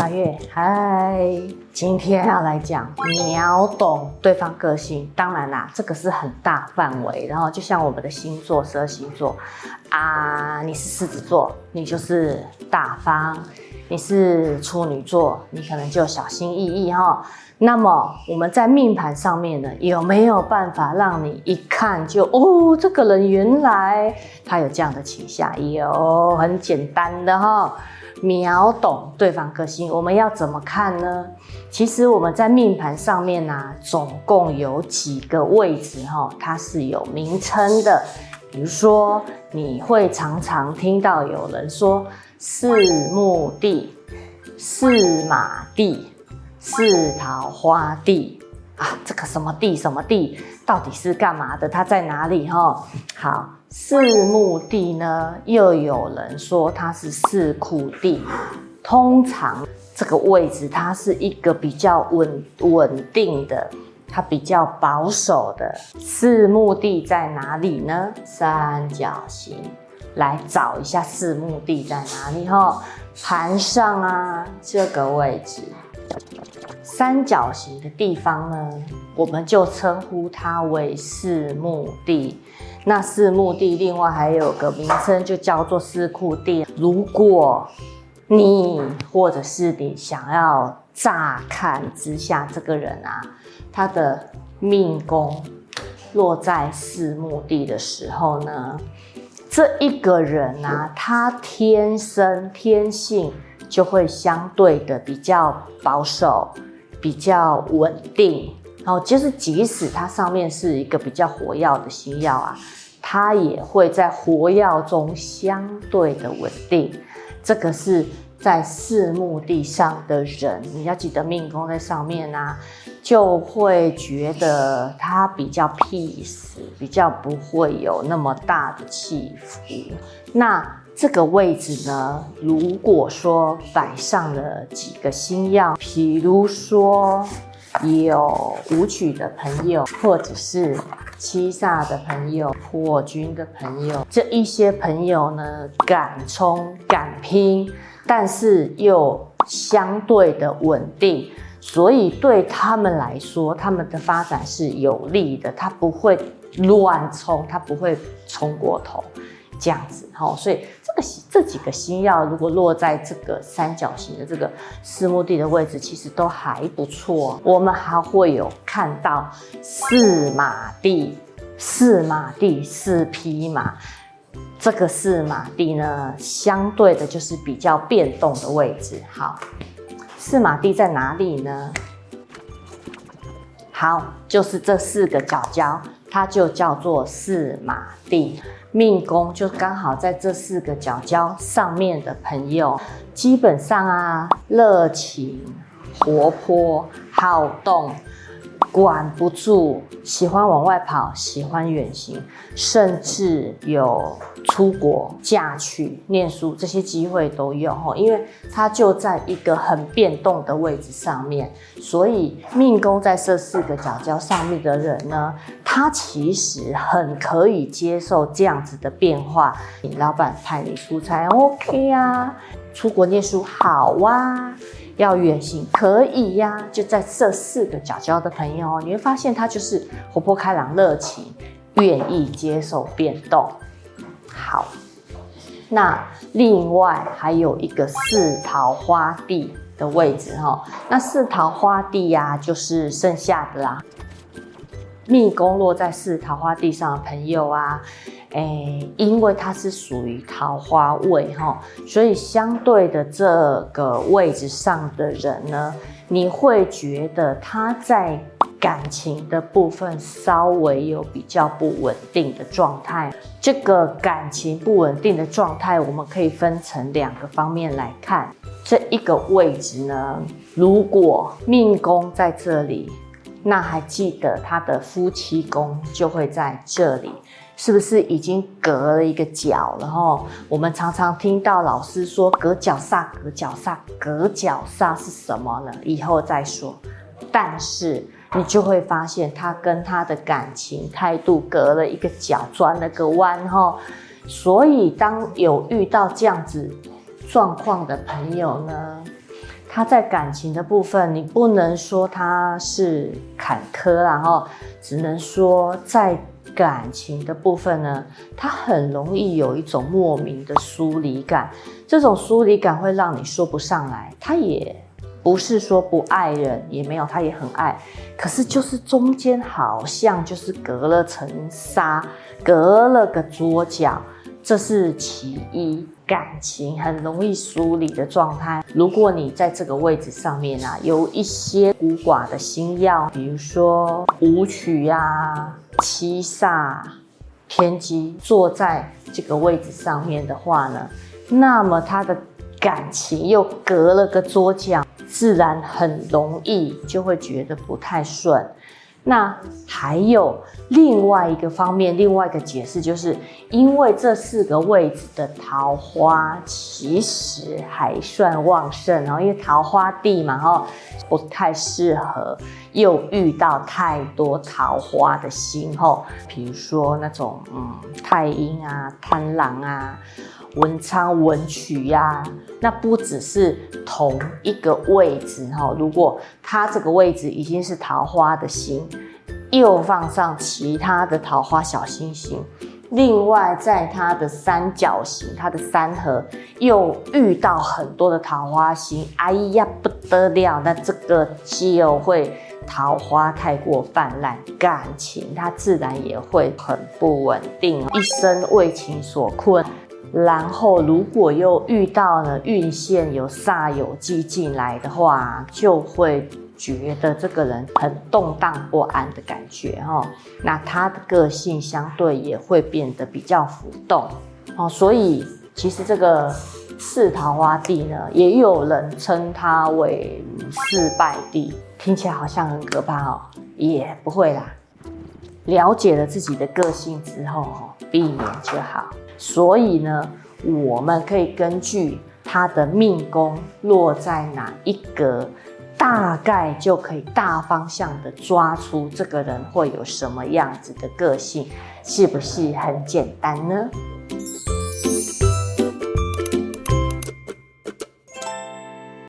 马月，嗨，今天要来讲秒懂对方个性。当然啦，这个是很大范围，然后就像我们的星座，12星座啊，你是狮子座，你就是大方；你是处女座，你可能就小心翼翼哈。那么我们在命盘上面呢，有没有办法让你一看就这个人原来他有这样的倾向？有，很简单的哈。秒懂对方个性，我们要怎么看呢？其实我们在命盘上面总共有几个位置它是有名称的。比如说，你会常常听到有人说四目地、四马地、四桃花地啊，这个什么地什么地到底是干嘛的？它在哪里？好，四目地呢，又有人说它是四库地。通常这个位置它是一个比较稳定的，它比较保守的。四目地在哪里呢？三角形。来找一下四目地在哪里盘上这个位置。三角形的地方呢，我们就称呼它为四目地。那四目地另外还有个名称，就叫做四库地。如果你或者是你想要乍看之下这个人他的命宫落在四目地的时候呢，这一个人他天性就会相对的比较保守，比较稳定。就是即使它上面是一个比较活跃的星曜它也会在活跃中相对的稳定。这个是在四目地上的人，你要记得命宫在上面就会觉得他比较 peace， 比较不会有那么大的起伏。那这个位置呢，如果说摆上了几个星曜，比如说有武曲的朋友，或者是七煞的朋友，破军的朋友，这一些朋友呢，敢冲敢拼，但是又相对的稳定，所以对他们来说，他们的发展是有利的，他不会乱冲，他不会冲过头这样子。所以这几个星曜如果落在这个三角形的这个四目地的位置，其实都还不错。我们还会有看到四马地、四匹马。这个四马地呢，相对的就是比较变动的位置。好，四马地在哪里呢？好，就是这四个角角，它就叫做四马地。命宫就刚好在这四个角角上面的朋友，基本上热情、活泼、好动，管不住，喜欢往外跑，喜欢远行，甚至有出国嫁去念书，这些机会都有因为它就在一个很变动的位置上面，所以命宫在这四个角角上面的人呢，他其实很可以接受这样子的变化。你老板派你出差 OK 出国念书好要远行可以就在这四个角角的朋友你会发现他就是活泼开朗、热情，愿意接受变动。好，那另外还有一个四桃花地的位置那四桃花地就是剩下的啦。命宫落在四桃花地上的朋友因为它是属于桃花位所以相对的这个位置上的人呢，你会觉得他在感情的部分稍微有比较不稳定的状态。这个感情不稳定的状态，我们可以分成两个方面来看。这一个位置呢，如果命宫在这里，那还记得他的夫妻宫就会在这里，是不是已经隔了一个角了我们常常听到老师说隔角煞，隔角煞，隔角煞是什么呢？以后再说。但是你就会发现他跟他的感情态度隔了一个角，转了个弯所以当有遇到这样子状况的朋友呢， 他在感情的部分，你不能说他是坎坷啦，只能说在感情的部分呢，他很容易有一种莫名的疏离感。这种疏离感会让你说不上来，他也不是说不爱人，也没有，他也很爱，可是就是中间好像就是隔了层纱，隔了个桌角，这是其一。感情很容易疏离的状态，如果你在这个位置上面啊，有一些孤寡的星曜，比如说武曲啊、七煞、偏机坐在这个位置上面的话呢，那么他的感情又隔了个桌角，自然很容易就会觉得不太顺。那还有另外一个方面，另外一个解释，就是因为这4个位置的桃花其实还算旺盛，因为桃花地嘛，不太适合又遇到太多桃花的星，比如说那种太阴啊、贪狼啊、文昌、文曲呀，那不只是同一个位置，如果它这个位置已经是桃花的星，又放上其他的桃花小星星，另外在它的三角形、它的三合又遇到很多的桃花星，哎呀不得了，那这个就会桃花太过泛滥，感情它自然也会很不稳定，一生为情所困。然后如果又遇到了运线有煞有忌进来的话，就会觉得这个人很动荡不安的感觉，那他的个性相对也会变得比较浮动，所以其实这个4桃花地呢，也有人称它为4败地，听起来好像很可怕，也不会啦。了解了自己的个性之后，避免就好。所以呢，我们可以根据他的命宫落在哪一格，大概就可以大方向的抓出这个人会有什么样子的个性，是不是很简单呢？